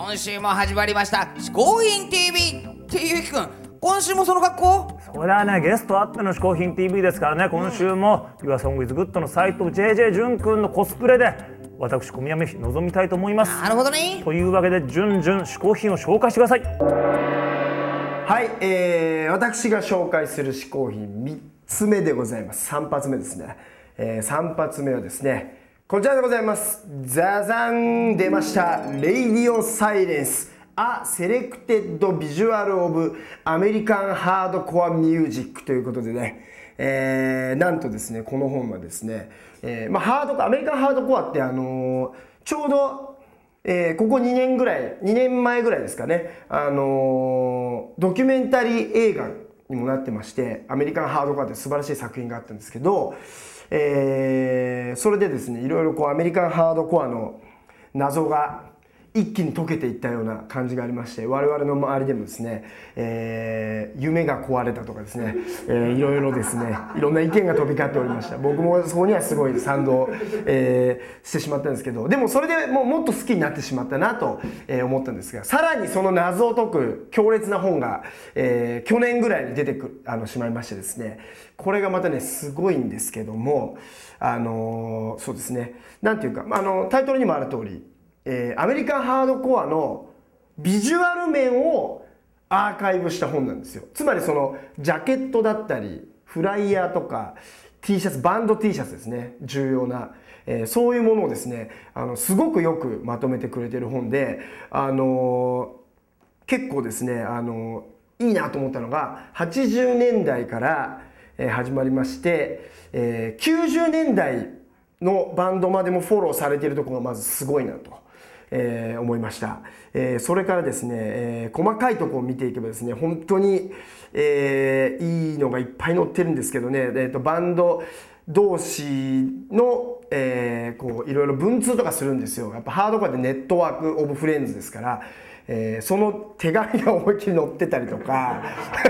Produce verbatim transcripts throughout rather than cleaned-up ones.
今週も始まりました嗜好品 ティーブイ ってゆうきくん、今週もその格好？ それはね、ゲストあっての嗜好品 ティーブイ ですからね、今週も YourSongIsGood の斉藤 ジェイジェイ 淳くんのコスプレで私小宮山臨みたいと思います。 なるほどね。 というわけで淳淳嗜好品を紹介してください。 はい、えー、私が紹介する嗜好品みっつめでございます。さん発目ですね、えー、さん発目はですねこちらでございます。ザザン、出ました。レイディオサイレンスA Selected Visual of American Hardcore Music ということでね、えー、なんとですねこの本はですね、えーまあ、ハードコアアメリカンハードコアってあのー、ちょうど、えー、ここにねんぐらいにねんまえぐらいですかね、あのー、ドキュメンタリー映画にもなってまして、アメリカンハードコアって素晴らしい作品があったんですけど、えー、それでですねいろいろこうアメリカンハードコアの謎が一気に解けていったような感じがありまして、我々の周りでもですね、えー、夢が壊れたとかですね、えー、いろいろですねいろんな意見が飛び交っておりました。僕もそこにはすごい賛同、えー、してしまったんですけど、でもそれでもうもっと好きになってしまったなと、えー、思ったんですが、さらにその謎を解く強烈な本が、えー、去年ぐらいに出てくあのしまいましてですね、これがまたねすごいんですけども、あのー、そうですねなんていうか、あのタイトルにもある通り、えー、アメリカンハードコアのビジュアル面をアーカイブした本なんですよ。つまりそのジャケットだったりフライヤーとか T シャツ、バンド T シャツですね、重要な、えー、そういうものをですねあのすごくよくまとめてくれてる本で、あのー、結構ですね、あのー、いいなと思ったのがはちじゅうねんだいから、えー、始まりまして、えー、きゅうじゅうねんだいのバンドまでもフォローされているところがまずすごいなと。えー、思いました、えー、それからですね、えー、細かいところを見ていけばですね本当に、えー、いいのがいっぱい載ってるんですけどね、えー、とバンド同士の、えー、こういろいろ文通とかするんですよ。やっぱハードコアでネットワークオブフレンズですから、えー、その手紙が思いっきり載ってたりとか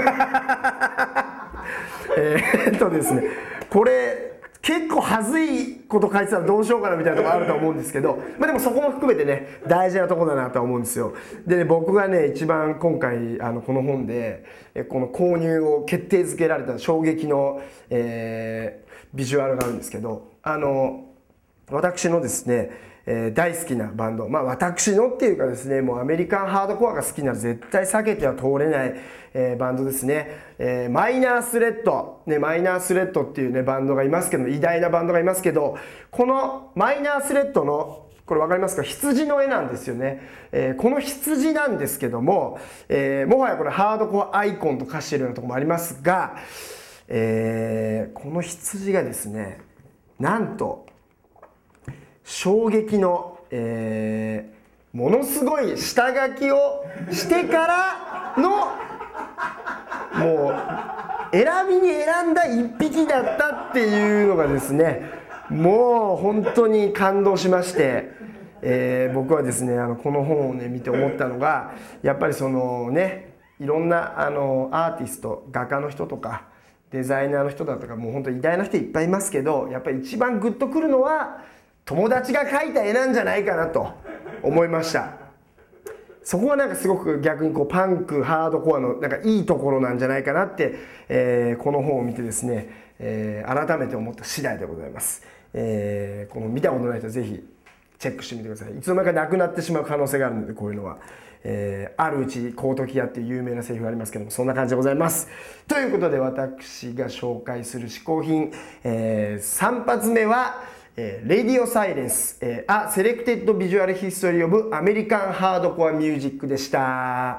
えっとですねこれ結構恥ずいこと書いてたらどうしようかなみたいなところあると思うんですけど、まあ、でもそこも含めてね大事なところだなとは思うんですよ。でね、僕がね一番今回あのこの本でこの購入を決定づけられた衝撃の、えー、ビジュアルがあるんですけど、あの私のですねえー、大好きなバンド、まあ私のっていうかですねもうアメリカンハードコアが好きなら絶対避けては通れない、えー、バンドですね、えー、マイナースレッド、ね、マイナースレッドっていうねバンドがいますけど、偉大なバンドがいますけど、このマイナースレッドのこれ分かりますか、羊の絵なんですよね、えー、この羊なんですけども、えー、もはやこれハードコアアイコンと化しているようなところもありますが、えー、この羊がですねなんと衝撃の、えー、ものすごい下書きをしてからのもう選びに選んだ一匹だったっていうのがですねもう本当に感動しまして、えー、僕はですねあのこの本をね見て思ったのがやっぱりそのねいろんなあのアーティスト、画家の人とかデザイナーの人だとかもう本当に偉大な人いっぱいいますけど、やっぱり一番グッとくるのは友達が描いた絵なんじゃないかなと思いました。そこはなんかすごく逆にこうパンクハードコアのなんかいいところなんじゃないかなって、えー、この本を見てですね、えー、改めて思った次第でございます。えー、この見たことない人はぜひチェックしてみてください。いつの間にかなくなってしまう可能性があるので、こういうのは、えー、あるうちコートキアっていう有名なセリフがありますけども、そんな感じでございます。ということで私が紹介する嗜好品、えー、さん発目はレディオサイレンス、A Selected Visual History of American Hardcore Music でした、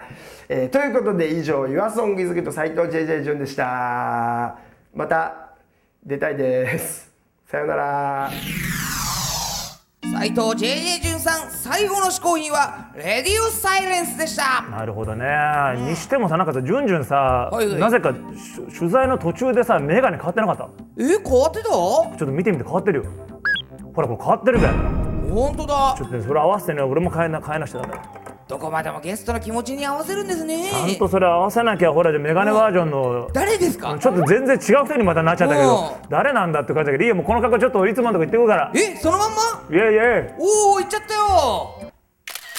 えー、ということで以上 YourSongIsGood 斉藤 ジェイジェイ 淳でした。また出たいです。さよなら。 斉藤 ジェイジェイ 淳さん、最後の嗜好品はレディオサイレンスでした。 なるほどね、うん、にしてもさ、なんかさ、淳淳さ、 はいはい、 なぜか取材の途中でさ、メガネ変わってなかった？ え、変わってた？ちょっと見てみて、変わってるよ。ほら、これ変わってるべ。 ほんとだ。 ちょっとね、それ合わせてね、俺も変えな、変えなしてたんだよ。 どこまでもゲストの気持ちに合わせるんですね。 ちゃんとそれ合わせなきゃ。ほら、じゃメガネバージョンの誰ですか？ ちょっと全然違う人にまたなっちゃったけど、誰なんだって感じだけど、いいよ、もうこの格好ちょっといつものとこ行ってくるから。 え、そのまんま？ イエイイエイ。 おお、行っちゃったよ。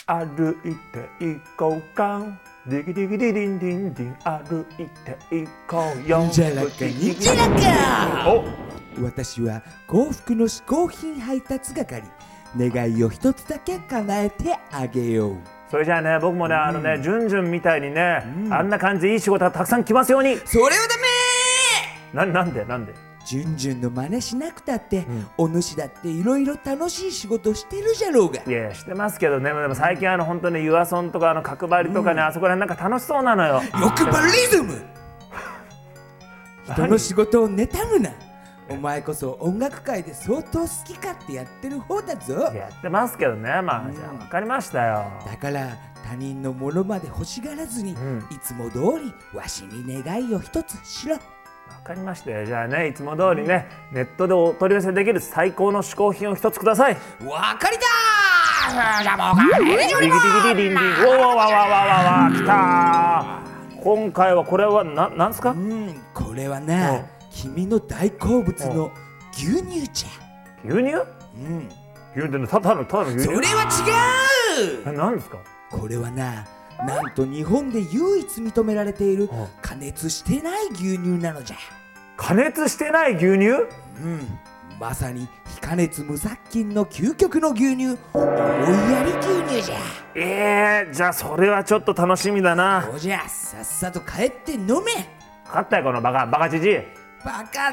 歩いて行こうかディギディギディディンディンディン歩いて行こうよじゃらかにじゃらか。 お私は幸福の嗜好品配達係。願いを一つだけ叶えてあげよう。 それじゃあね、僕もね、あのね、ジュンジュンみたいにね、あんな感じでいい仕事がたくさん来ますように。 それはダメな、なんでなんでジュンジュンの真似しなくたって、お主だっていろいろ楽しい仕事してるじゃろうが。 いやいやしてますけどね、でも最近あの本当にユアソンとかあの角張りとかね、あそこら辺なんか楽しそうなのよ。 欲張りズム人の仕事を妬むな。お前こそ音楽界で相当好き勝手やってる方だぞ。 やってますけどね、まあじゃあ分かりましたよ。 だから他人のものまで欲しがらずに、 んいつも通りわしに願いを一つしろ。 分かりましたよ。じゃあね、いつも通りね、ネットでお取り寄せできる最高の嗜好品を一つください。 わかりだー。じゃあもうかディギディギディディンディン。おわわわわわわ来たー。今回はこれはな、なんすか？ うんこれはな、 うん君の大好物の牛乳じゃ。 牛乳？ うん牛乳ってただのただの牛乳？ それは違う。 え、何ですか？ これはな、なんと日本で唯一認められているん加熱してない牛乳なのじゃ。 加熱してない牛乳？ うんまさに非加熱無殺菌の究極の牛乳、思いやり牛乳じゃ。 えー、じゃあそれはちょっと楽しみだな。 そうじゃ、さっさと帰って飲め。 分かったよ、このバカバカじじい。 バカって言う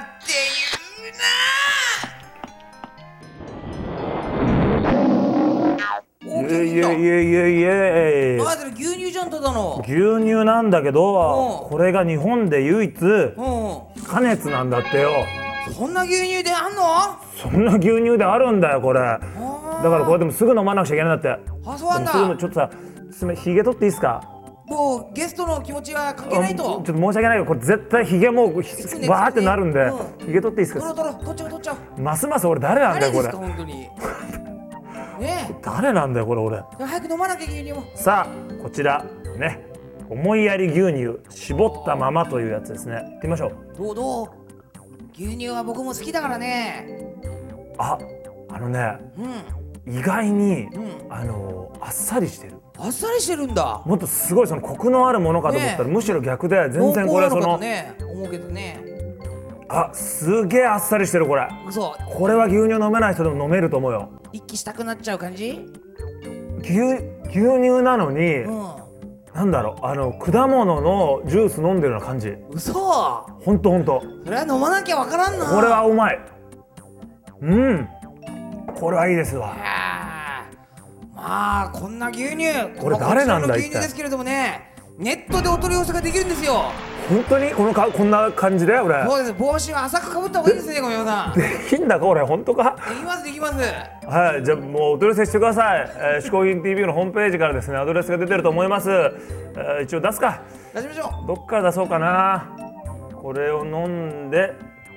な。お、 いえい牛乳だ。 えいえいえいえ。 あ、それ牛乳じゃん、ただの。 牛乳なんだけど、 うんこれが日本で唯一う加熱なんだってよ。 ん。そんな牛乳であんの？ そんな牛乳であるんだよこれ。だからこれでもすぐ飲まなくちゃいけないんだって。 あ、そうなんでもすぐだ。 ちょっとさ、すみません、ヒゲ取っていいですか？ もうゲストの気持ちは関係ないあちょとっ。と申し訳ないけど、これ絶対ヒゲもうひすねわーってなるんで、 うヒゲ取っていいですか？ 取ろう取ろう、取っちゃおう取っちゃおう。 ますます俺誰なんだよこれ誰ですか。本当に。ねえ、 誰なんだよこれ俺。 じゃあ早く飲まなきゃ牛乳も。 さあこちらね、思いやり牛乳絞ったままというやつですね。行ってみましょう。 どうどう？牛乳は僕も好きだからね。 あ、あのね、 うん。 意外に、 んあのあっさりしてる。 あっさりしてるんだ。 もっとすごいそのコクのあるものかと思ったら、 ねむしろ逆で全然これそ濃厚なのかとの、 ね、思うけどね。 あ、すげえあっさりしてるこれ。 嘘。 これは牛乳飲めない人でも飲めると思うよ。 一気したくなっちゃう感じ？ 牛牛乳なのに、 うん。 なんだろう、あの果物のジュース飲んでるような感じ。 嘘。 ほんとほんと。 それは飲まなきゃわからんな。 これはうまい。うん。これはいいですわ。 あーまあこんな牛乳、 これ誰なんだこのこちらの牛一体乳ですけれどもね、ネットでお取り寄せができるんですよ。 本当にこのかこんな感じで俺。 そうです。帽子は浅くかぶった方がいいですね、ごめんなさん。でできんだか俺本当か。 きますできます。 はい、じゃあもうお取り寄せしてください。えー、嗜好品 ティービー のホームページからですねアドレスが出てると思います。えー、一応出すか。 出しましょどっから出そうかな。これを飲んで、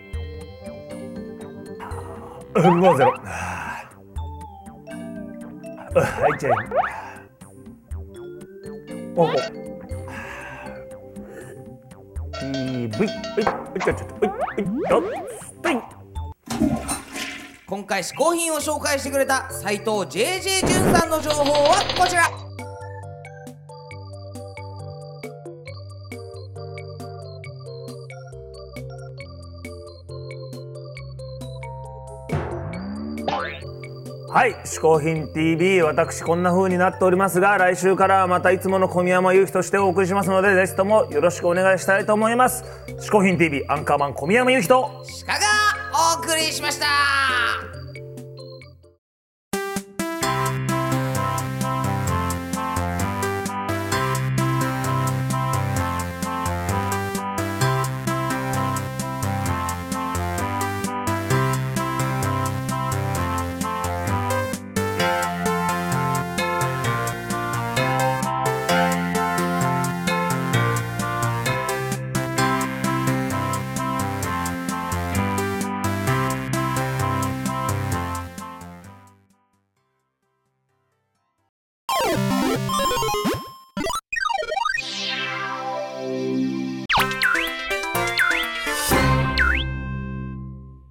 うん、もうゼロ。あはい、じゃあ。おお。いい、ブイ、はい、ちょちょっと、はい、はい、はい。 今回試行品を紹介してくれた斉藤 ジェージェー 潤さんの情報はこちら。 はい、嗜好品 ティービー、私こんな風になっておりますが、来週からはまたいつもの小宮山雄飛としてお送りしますので、ぜひともよろしくお願いしたいと思います。嗜好品 ティービー アンカーマン小宮山雄飛と鹿がお送りしました。